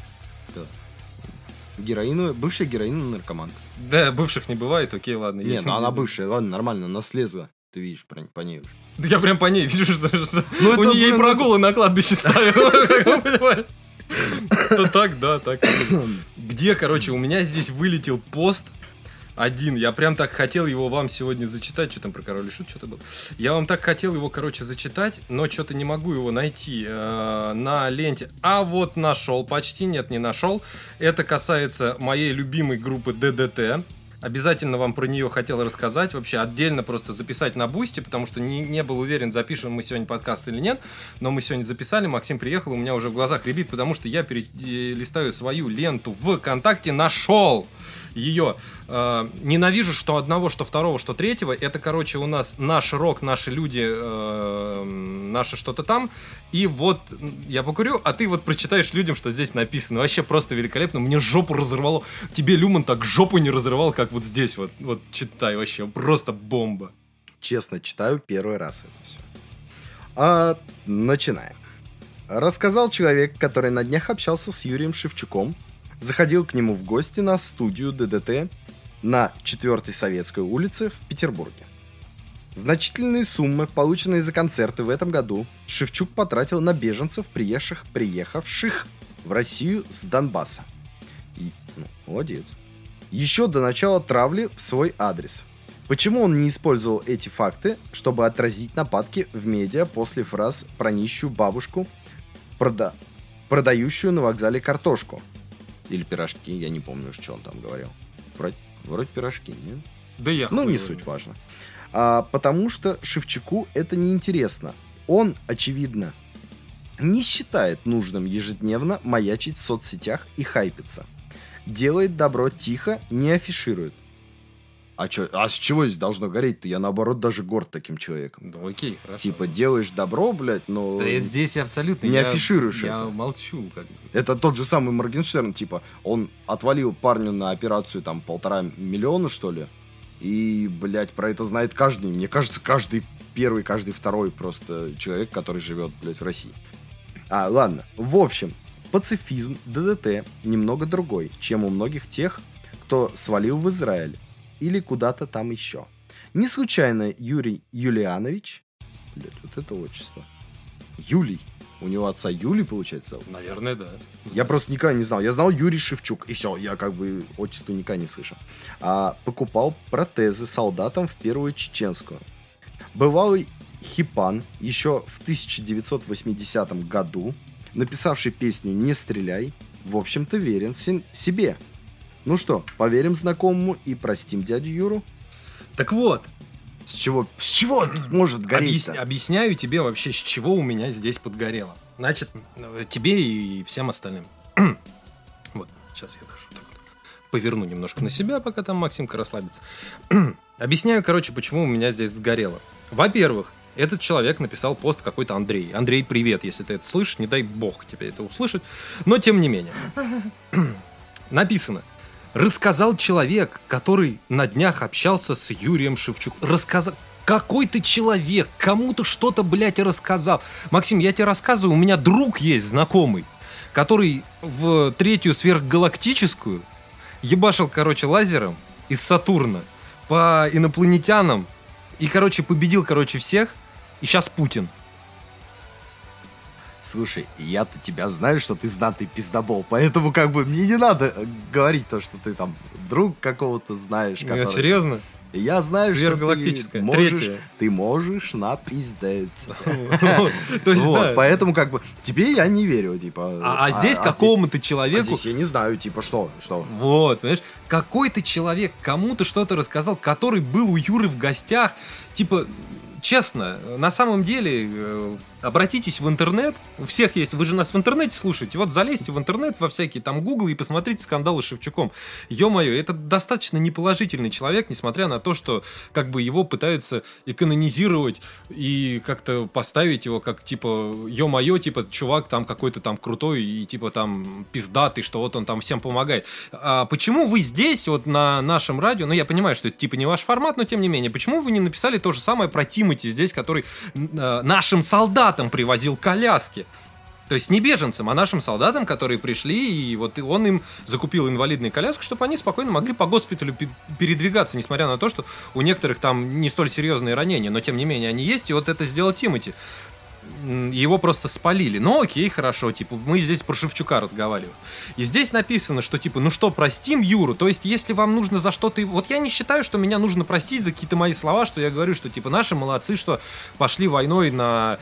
Бывшая героиновая-наркоманка. Да, бывших не бывает, окей, ладно. я Нет, этим ну она не буду. бывшая, ладно, нормально, она слезла. Ты видишь по ней уже. Да я прям по ней вижу, что Ну, у это, нее и блин, прогулы на кладбище ставят. Понимаешь? То так, да, так. Где, короче, у меня здесь вылетел пост один. Я прям так хотел его вам сегодня зачитать. Что там про Король и Шут что-то было? Я вам так хотел его, короче, зачитать, но что-то не могу его найти на ленте. А вот нашел почти. Нет, не нашел. Это касается моей любимой группы ДДТ. Обязательно вам про нее хотел рассказать. Вообще отдельно просто записать на Бусти, потому что не был уверен, запишем мы сегодня подкаст или нет. Но мы сегодня записали. Максим приехал, у меня уже в глазах рябит, потому что я перелистаю свою ленту в ВКонтакте, нашел ее. Ненавижу, что одного, что второго, что третьего. Это, короче, у нас наш рок, наши люди, наше что-то там. И вот я покурю, а ты вот прочитаешь людям, что здесь написано. Вообще просто великолепно. Мне жопу разорвало. Тебе, Люман, так жопу не разрывал, как вот здесь вот. Вот читай, вообще просто бомба. Честно, читаю первый раз это все. Начинаем. Рассказал человек, который на днях общался с Юрием Шевчуком, заходил к нему в гости на студию ДДТ на 4-й Советской улице в Петербурге. Значительные суммы, полученные за концерты в этом году, Шевчук потратил на беженцев, приехавших в Россию с Донбасса. Молодец. Еще до начала травли в свой адрес. Почему он не использовал эти факты, чтобы отразить нападки в медиа после фраз про нищую бабушку, продающую на вокзале картошку? Или пирожки, я не помню, что он там говорил. Вроде пирожки, нет? Да я Ну, хуй не его суть знаю. важно. Потому что Шевчуку это неинтересно. Он, очевидно, не считает нужным ежедневно маячить в соцсетях и хайпиться. Делает добро тихо, не афиширует. А с чего здесь должно гореть-то? Я, наоборот, даже горд таким человеком. Да окей, хорошо. Типа, делаешь добро, блядь, но... Да здесь абсолютно... Не афишируешь Я это. молчу, как бы. Это тот же самый Моргенштерн, типа, он отвалил парню на операцию, там, 1,5 миллиона, что ли, и, блядь, про это знает каждый. Мне кажется, каждый первый, каждый второй просто человек, который живет, блядь, в России. Ладно. В общем, пацифизм ДДТ немного другой, чем у многих тех, кто свалил в Израиль или куда-то там еще. Не случайно Юрий Юлианович, блядь, вот это отчество, Юлий, у него отца Юлий, получается, зовут? Наверное, да. Я просто никогда не знал. Я знал Юрий Шевчук, и все, я как бы отчество никогда не слышал. Покупал протезы солдатам в Первую Чеченскую. Бывалый хипан еще в 1980 году, написавший песню «Не стреляй», в общем-то верен себе. Ну что, поверим знакомому и простим дядю Юру? Так вот, С чего может гореть? объясняю тебе вообще, с чего у меня здесь подгорело. Значит, тебе и всем остальным. Вот, сейчас я даже так вот поверну немножко на себя, пока там Максимка расслабится. Объясняю, короче, почему у меня здесь сгорело. Во-первых, этот человек написал пост какой-то Андрей. Андрей, привет, если ты это слышишь, не дай бог тебе это услышать. Но тем не менее. Написано. Рассказал человек, который на днях общался с Юрием Шевчуком. Рассказал. Какой ты человек? Кому-то что-то, блядь, рассказал. Максим, я тебе рассказываю, у меня друг есть знакомый, который в 3-ю сверхгалактическую ебашил, короче, лазером из Сатурна по инопланетянам и, короче, победил, короче, всех. И сейчас Путин. Слушай, я-то тебя знаю, что ты знатый пиздобол, поэтому как бы мне не надо говорить то, что ты там друг какого-то знаешь. Который... Серьезно? Я знаю, что Сверхгалактическая. 3-я. ты можешь напиздеть. То есть, да. Поэтому как бы тебе я не верю, типа. А здесь какому-то человеку... Здесь я не знаю, типа, что? Вот, понимаешь, какой-то человек кому-то что-то рассказал, который был у Юры в гостях. Типа, честно, на самом деле, Обратитесь в интернет, у всех есть, вы же нас в интернете слушаете, вот залезьте в интернет, во всякие там гуглы и посмотрите скандалы с Шевчуком. Ё-моё, это достаточно неположительный человек, несмотря на то, что как бы его пытаются и канонизировать, и как-то поставить его как типа, ё-моё, типа, чувак там какой-то там крутой и типа там пиздатый, что вот он там всем помогает. А почему вы здесь, вот на нашем радио, ну я понимаю, что это типа не ваш формат, но тем не менее, почему вы не написали то же самое про Тимати здесь, который нашим солдатам привозил коляски. То есть не беженцам, а нашим солдатам, которые пришли, и вот он им закупил инвалидную коляску, чтобы они спокойно могли по госпиталю передвигаться, несмотря на то, что у некоторых там не столь серьезные ранения, но тем не менее они есть, и вот это сделал Тимати. Его просто спалили. Ну окей, хорошо, типа, мы здесь про Шевчука разговариваем. И здесь написано, что типа, ну что, простим Юру? То есть, если вам нужно за что-то... Вот я не считаю, что меня нужно простить за какие-то мои слова, что я говорю, что типа, наши молодцы, что пошли войной на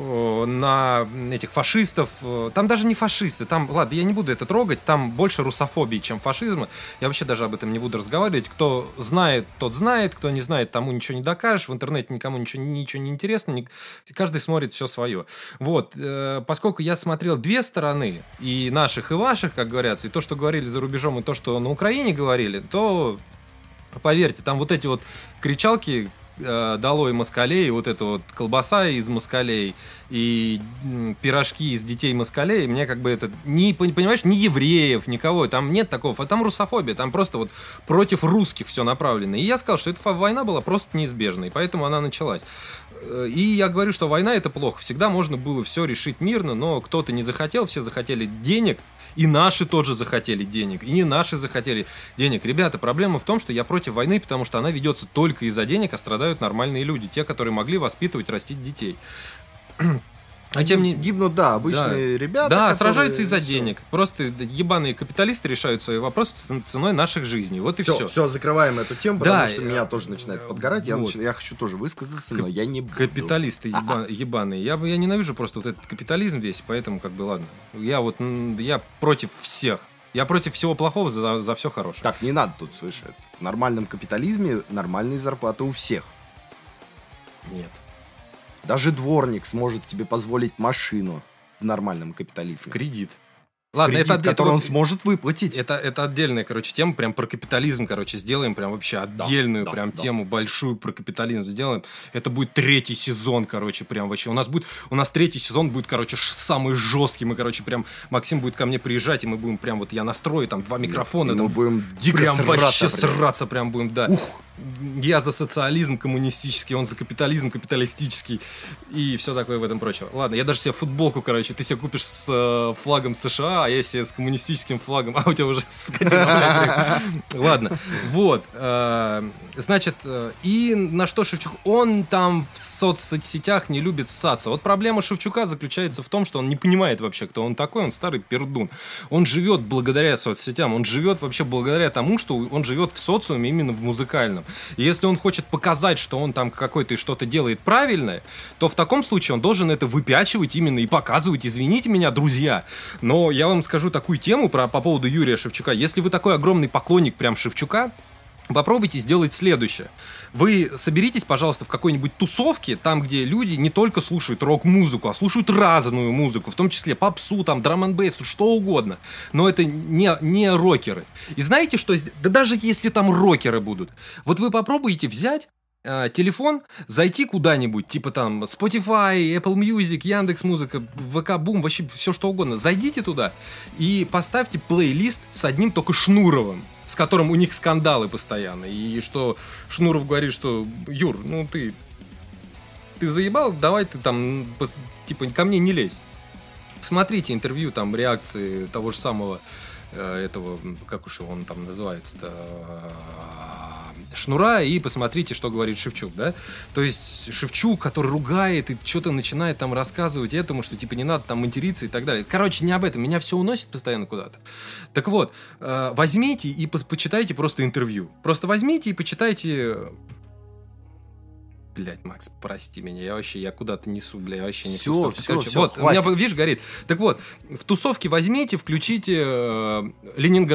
этих фашистов. Там даже не фашисты, там, ладно, я не буду это трогать, там больше русофобии, чем фашизма. Я вообще даже об этом не буду разговаривать. Кто знает, тот знает, кто не знает, тому ничего не докажешь. В интернете никому ничего не интересно. Каждый смотрит все свое. Вот, поскольку я смотрел две стороны, и наших, и ваших, как говорится, и то, что говорили за рубежом, и то, что на Украине говорили, то, поверьте, там вот эти вот кричалки долой москалей, вот эта вот колбаса из москалей и пирожки из детей москалей, мне как бы это, понимаешь, ни евреев, никого, там нет такого, а там русофобия, там просто вот против русских все направлено. И я сказал, что эта война была просто неизбежной, поэтому она началась. И я говорю, что война это плохо, всегда можно было все решить мирно, но кто-то не захотел, все захотели денег, и наши тоже захотели денег, и не наши захотели денег. Ребята, проблема в том, что я против войны, потому что она ведется только из-за денег, а страдают нормальные люди, те, которые могли воспитывать, растить детей. А тем не... Гибнут, да, обычные ребята. Да, которые... сражаются из-за денег. Просто ебаные капиталисты решают свои вопросы ценой наших жизней. Вот и все. Все, закрываем эту тему, потому что меня тоже начинает подгорать. Вот. Я хочу тоже высказаться, но я не буду. Капиталисты ебаные. Я ненавижу просто вот этот капитализм весь, поэтому как бы ладно. Я против всех. Я против всего плохого за все хорошее. Так, не надо тут, слышать. В нормальном капитализме нормальные зарплаты у всех. Нет. Даже дворник сможет себе позволить машину в нормальном капитализме. Кредит. Ладно, кредит, который он сможет выплатить. Это отдельная, короче, тема, прям про капитализм, короче, сделаем прям вообще отдельную тему, большую про капитализм сделаем. Это будет 3-й сезон, короче, прям вообще. У нас 3-й сезон будет, короче, самый жесткий. Мы, короче, прям, Максим будет ко мне приезжать, и мы будем прям, вот я настрою там 2 микрофона. Мы там, будем дико прям сраться. Вообще сраться прям будем, да. Я за социализм коммунистический, он за капитализм капиталистический и все такое в этом прочее. Ладно, я даже себе футболку, короче, ты себе купишь с флагом США, а я себе с коммунистическим флагом, а у тебя уже скотина. Ладно, вот. Значит, и на что Шевчук? Он там в соцсетях не любит ссаться. Вот проблема Шевчука заключается в том, что он не понимает вообще, кто он такой, он старый пердун. Он живет благодаря соцсетям, он живет вообще благодаря тому, что он живет в социуме именно в музыкальном. И если он хочет показать, что он там какой-то и что-то делает правильное, то в таком случае он должен это выпячивать именно и показывать. Извините меня, друзья, но я вам скажу такую тему по поводу Юрия Шевчука. Если вы такой огромный поклонник прям Шевчука, попробуйте сделать следующее. Вы соберитесь, пожалуйста, в какой-нибудь тусовке, там, где люди не только слушают рок-музыку, а слушают разную музыку, в том числе попсу, там, драм-н-бейс, что угодно. Но это не рокеры. И знаете, что... Да даже если там рокеры будут, вот вы попробуйте взять телефон, зайти куда-нибудь, типа там Spotify, Apple Music, Яндекс.Музыка, ВК Бум, вообще все что угодно. Зайдите туда и поставьте плейлист с одним только Шнуровым, с которым у них скандалы постоянно. И что Шнуров говорит, что Юр, ну ты заебал, давай ты там, типа, ко мне не лезь. Смотрите интервью, там, реакции того же самого этого, как уж он там называется-то, Шнура, и посмотрите, что говорит Шевчук, да? То есть Шевчук, который ругает и что-то начинает там рассказывать этому, что типа не надо там материться и так далее. Короче, не об этом, меня все уносит постоянно куда-то. Так вот, возьмите и почитайте просто интервью. Просто возьмите и почитайте... Блять, Макс, прости меня, я куда-то несу, бля, я вообще не все, вот, хватит. у меня, видишь, горит. Так вот, в тусовке возьмите, включите Ленинград.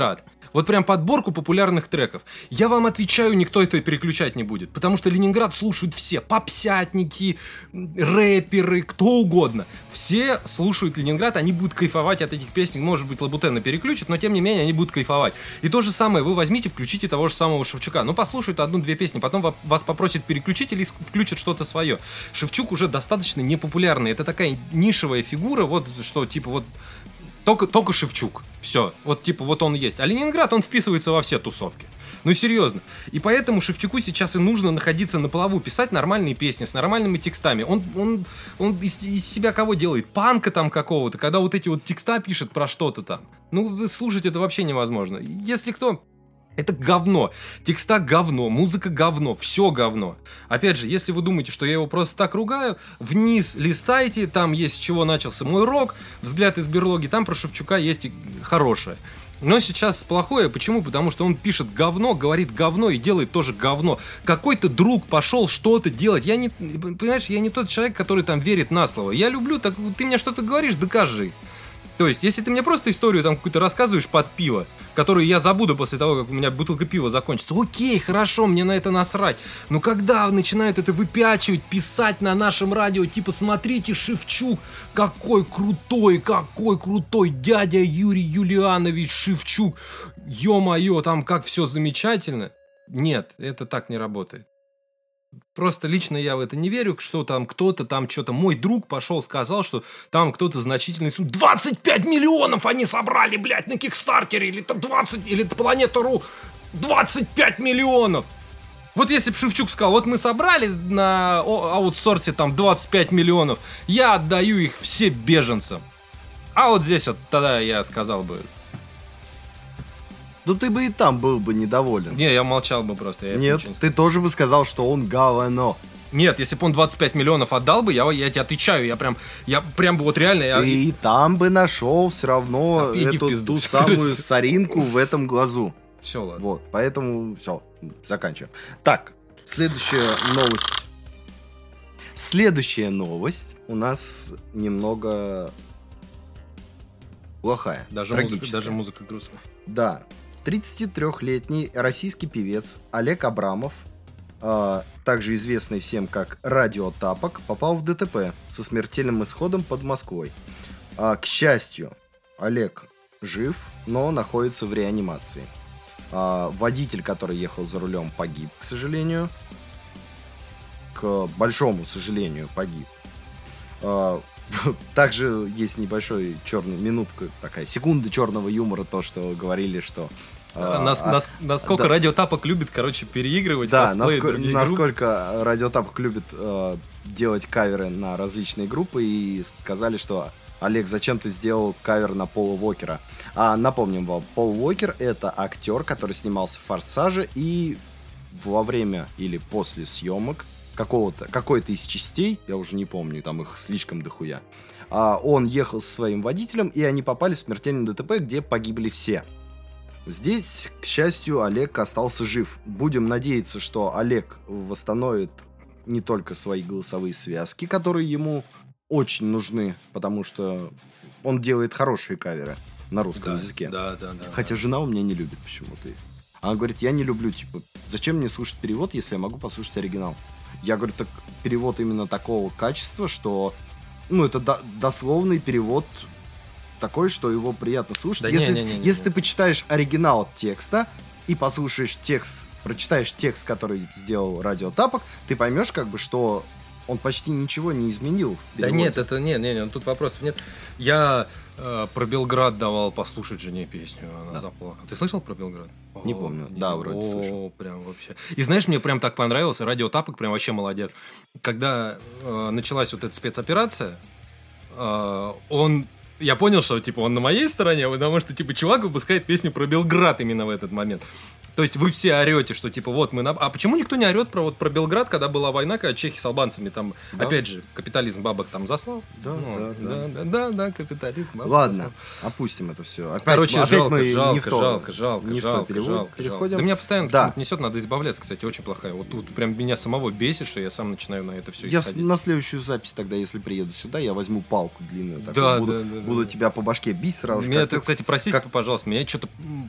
Вот прям подборку популярных треков. Я вам отвечаю, никто это переключать не будет. Потому что Ленинград слушают все. Попсятники, рэперы, кто угодно. Все слушают Ленинград, они будут кайфовать от этих песен. Может быть, Лабутена переключит, но тем не менее они будут кайфовать. И то же самое, вы возьмите, включите того же самого Шевчука. Ну, послушают одну-две песни, потом вас попросят переключить или включат что-то свое. Шевчук уже достаточно непопулярный. Это такая нишевая фигура, вот что, типа, вот только Шевчук. Все. Вот типа вот он есть. А Ленинград, он вписывается во все тусовки. Ну серьезно. И поэтому Шевчуку сейчас и нужно находиться на плаву, писать нормальные песни с нормальными текстами. Он из себя кого делает? Панка там какого-то, когда вот эти вот текста пишет про что-то там. Ну, слушать это вообще невозможно. Если кто... Это говно. Текста говно, музыка говно, все говно. Опять же, если вы думаете, что я его просто так ругаю, вниз листайте, там есть с чего начался мой рок, взгляд из берлоги, там про Шевчука есть и хорошее. Но сейчас плохое. Почему? Потому что он пишет говно, говорит говно и делает тоже говно. Какой-то друг пошел что-то делать. Понимаешь, я не тот человек, который там верит на слово. Я люблю, так ты мне что-то говоришь, докажи. То есть, если ты мне просто историю там какую-то рассказываешь под пиво, которую я забуду после того, как у меня бутылка пива закончится, окей, хорошо, мне на это насрать. Но когда начинают это выпячивать, писать на нашем радио, типа, смотрите, Шевчук, какой крутой дядя Юрий Юлианович Шевчук, ё-моё, там как все замечательно. Нет, это так не работает. Просто лично я в это не верю, что там кто-то там что-то... Мой друг пошел, сказал, что там кто-то значительный... 25 миллионов они собрали, блядь, на Кикстартере, или это 20, или это Планета.ру. 25 миллионов! Вот если бы Шевчук сказал, вот мы собрали на аутсорсе там 25 миллионов, я отдаю их все беженцам. А вот здесь вот тогда я сказал бы... Ну ты бы и там был бы недоволен. Не, я молчал бы просто. Нет, ты тоже бы сказал, что он говно. Нет, если бы он 25 миллионов отдал бы, я тебе отвечаю, я прям бы вот реально... И там бы нашел все равно ту самую соринку в этом глазу. Все, ладно. Вот, поэтому все, заканчиваем. Так, следующая новость. Следующая новость у нас немного плохая, даже музыка грустная. Да. 33-летний российский певец Олег Абрамов, также известный всем как Радио Тапок, попал в ДТП со смертельным исходом под Москвой. К счастью, Олег жив, но находится в реанимации. Водитель, который ехал за рулем, погиб, к сожалению. К большому сожалению, погиб. Также есть небольшой черный минутка, такая секунда черного юмора, то, что говорили, что... Насколько Радио Тапок любит, короче, переигрывать, да, насколько Радио Тапок любит делать каверы на различные группы, и сказали, что Олег, зачем ты сделал кавер на Пола Уокера? Напомним вам, Пол Уокер — это актер, который снимался в «Форсаже», и во время или после съемок какой-то из частей, я уже не помню, там их слишком дохуя, он ехал со своим водителем, и они попали в смертельный ДТП, где погибли все. Здесь, к счастью, Олег остался жив. Будем надеяться, что Олег восстановит не только свои голосовые связки, которые ему очень нужны, потому что он делает хорошие каверы на русском языке. Да. Хотя жена у меня не любит почему-то их. Она говорит, я не люблю, типа, зачем мне слушать перевод, если я могу послушать оригинал? Я говорю, так перевод именно такого качества, что, это дословный перевод такой, что его приятно слушать. Да если ты почитаешь оригинал текста и послушаешь текст, прочитаешь текст, который сделал Радио Тапок, ты поймешь, что он почти ничего не изменил в переводе. Да нет, тут вопросов нет. Я про Белград давал послушать жене песню, она заплакала. Ты слышал про Белград? Не помню. Да, вроде слышал. Прям вообще. И знаешь, мне прям так понравился, Радио Тапок прям вообще молодец. Когда началась вот эта спецоперация, я понял, что типа он на моей стороне, потому что типа чувак выпускает песню про Белград именно в этот момент. То есть вы все орете, что типа вот мы... А почему никто не орет про Белград, когда была война, когда чехи с албанцами там... Да. Опять же, капитализм бабок там заслал. Да, капитализм бабок. Ладно, заслал. Опустим это все. Короче, жалко. Переходим. Да меня постоянно почему-то несет, надо избавляться, кстати, очень плохая. Вот тут прям меня самого бесит, что я сам начинаю на это все исходить. Я на следующую запись тогда, если приеду сюда, я возьму палку длинную. Буду тебя по башке бить сразу же. Меня, кстати, простите, пожалуйста, меня что-то...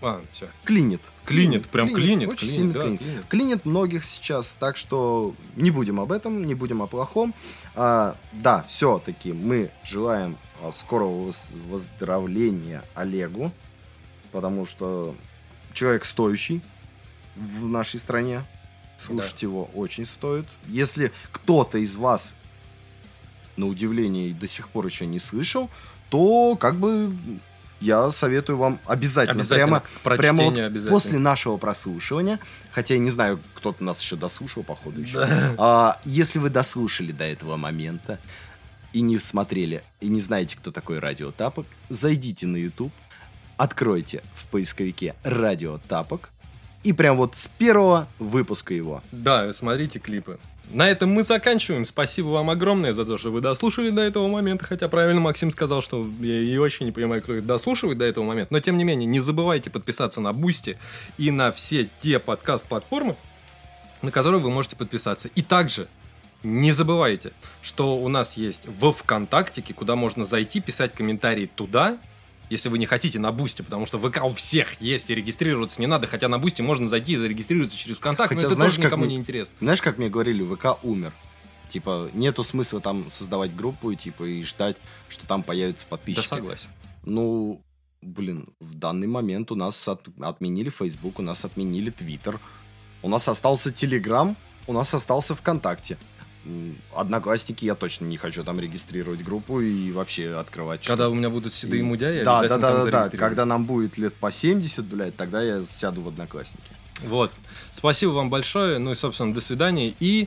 Все. Клинит. Прям клинит. Очень сильно да, клинит. Клинит многих сейчас, так что не будем об этом, не будем о плохом. Да, все-таки мы желаем скорого выздоровления Олегу, потому что человек стоящий в нашей стране. Слушать его очень стоит. Если кто-то из вас, на удивление, до сих пор еще не слышал, то как бы я советую вам обязательно прямо вот обязательно. после нашего прослушивания, хотя я не знаю, кто-то нас еще дослушал, походу, еще. Если вы дослушали до этого момента и не смотрели, и не знаете, кто такой Радио Тапок, зайдите на YouTube, откройте в поисковике Радио Тапок, и прям вот с первого выпуска его. Да, смотрите клипы. На этом мы заканчиваем. Спасибо вам огромное за то, что вы дослушали до этого момента. Хотя правильно Максим сказал, что я и вообще не понимаю, кто их дослушивает до этого момента. Но тем не менее, не забывайте подписаться на Boosty и на все те подкаст-платформы, на которые вы можете подписаться. И также не забывайте, что у нас есть в ВКонтактике, куда можно зайти, писать комментарии туда, если вы не хотите на Бусти, потому что ВК у всех есть, и регистрироваться не надо, хотя на Бусти можно зайти и зарегистрироваться через ВКонтакте, но это знаешь, тоже никому не интересно. Знаешь, как мне говорили, ВК умер. Типа, нету смысла там создавать группу и ждать, что там появятся подписчики. Да, согласен. Ну, блин, в данный момент у нас отменили Facebook, у нас отменили Twitter, у нас остался Telegram, у нас остался ВКонтакте. Одноклассники, я точно не хочу там регистрировать группу и вообще открывать. Когда у меня будут седые мудя, я обязательно там зарегистрирую. Когда нам будет лет по 70, блядь, тогда я сяду в Одноклассники. Вот. Спасибо вам большое. Ну и, собственно, до свидания. И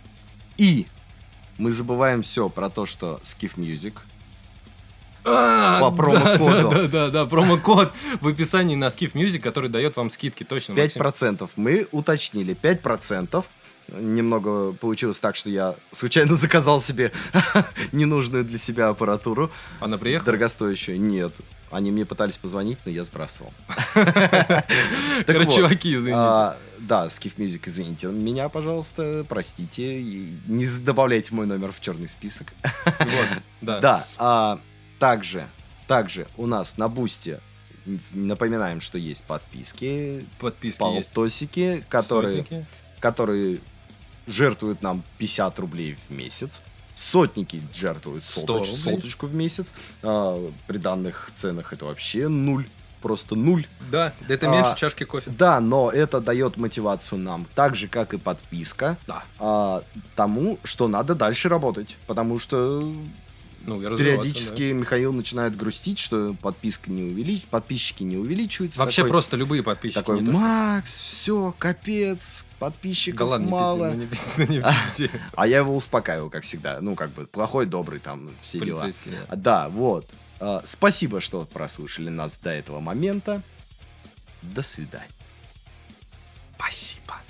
мы забываем все про то, что Skiff Music по промокоду. Да, промокод в описании на Skiff Music, который дает вам скидки, точно, 5%. Мы уточнили, 5%. Немного получилось так, что я случайно заказал себе ненужную для себя аппаратуру. Она приехала? Дорогостоящую. Нет. Они мне пытались позвонить, но я сбрасывал. Короче, чуваки, извините. Да, Skiff Music, извините меня, пожалуйста, простите. Не добавляйте мой номер в черный список. Да. Также у нас на Бусти напоминаем, что есть подписки. Полтосики, которые жертвуют нам 50 рублей в месяц. Сотники жертвуют соточку в месяц. При данных ценах это вообще нуль. Просто нуль. Да, это меньше чашки кофе. Да, но это дает мотивацию нам, так же, как и подписка, тому, что надо дальше работать. Потому что периодически Михаил начинает грустить, что подписка подписчики не увеличиваются. Вообще просто любые подписчики. Такой, Макс, все, капец, подписчиков мало. Не пизди. А я его успокаиваю, как всегда. Ну, как бы, плохой, добрый, там, все дела. Да, вот. Спасибо, что прослушали нас до этого момента. До свидания. Спасибо.